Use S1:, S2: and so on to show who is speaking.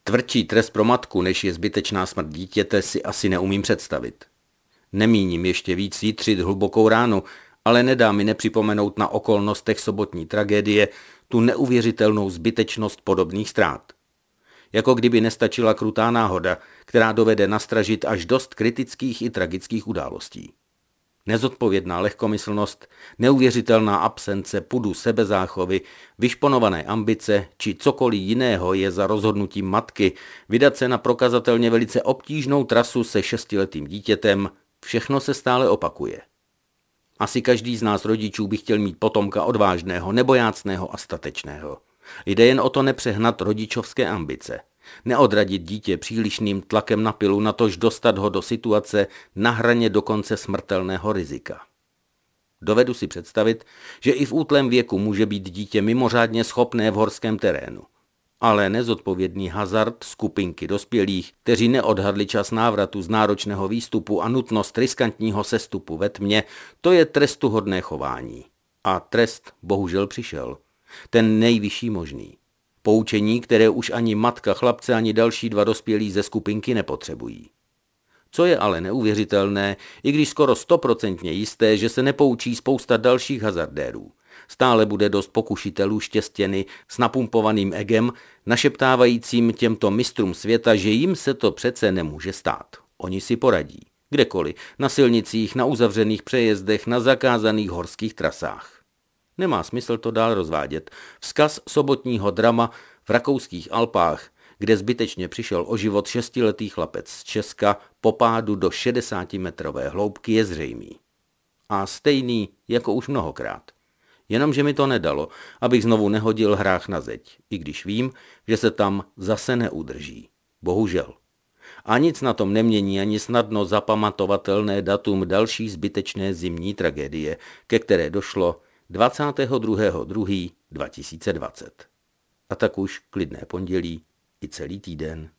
S1: Tvrdší trest pro matku, než je zbytečná smrt dítěte, si asi neumím představit. Nemíním ještě víc jitřit hlubokou ránu, ale nedá mi nepřipomenout na okolnostech sobotní tragédie tu neuvěřitelnou zbytečnost podobných ztrát. Jako kdyby nestačila krutá náhoda, která dovede nastražit až dost kritických i tragických událostí. Nezodpovědná lehkomyslnost, neuvěřitelná absence pudu sebezáchovy, vyšponované ambice či cokoliv jiného je za rozhodnutím matky vydat se na prokazatelně velice obtížnou trasu se 6letým dítětem, všechno se stále opakuje. Asi každý z nás rodičů by chtěl mít potomka odvážného, nebojácného a statečného. Jde jen o to nepřehnat rodičovské ambice. Neodradit dítě přílišným tlakem na pilu, natož dostat ho do situace na hraně dokonce smrtelného rizika. Dovedu si představit, že i v útlém věku může být dítě mimořádně schopné v horském terénu. Ale nezodpovědný hazard skupinky dospělých, kteří neodhadli čas návratu z náročného výstupu a nutnost riskantního sestupu ve tmě, to je trestuhodné chování. A trest bohužel přišel. Ten nejvyšší možný. Poučení, které už ani matka chlapce, ani další dva dospělí ze skupinky nepotřebují. Co je ale neuvěřitelné, i když skoro 100% jisté, že se nepoučí spousta dalších hazardérů. Stále bude dost pokušitelů štěstěny s napumpovaným egem, našeptávajícím těmto mistrům světa, že jim se to přece nemůže stát. Oni si poradí. Kdekoliv, na silnicích, na uzavřených přejezdech, na zakázaných horských trasách. Nemá smysl to dál rozvádět. Vzkaz sobotního drama v rakouských Alpách, kde zbytečně přišel o život 6letý chlapec z Česka po pádu do 60metrové hloubky, je zřejmý. A stejný jako už mnohokrát. Jenomže mi to nedalo, abych znovu nehodil hrách na zeď, i když vím, že se tam zase neudrží. Bohužel. A nic na tom nemění ani snadno zapamatovatelné datum další zbytečné zimní tragédie, ke které došlo 22.2.2020. A tak už klidné pondělí i celý týden.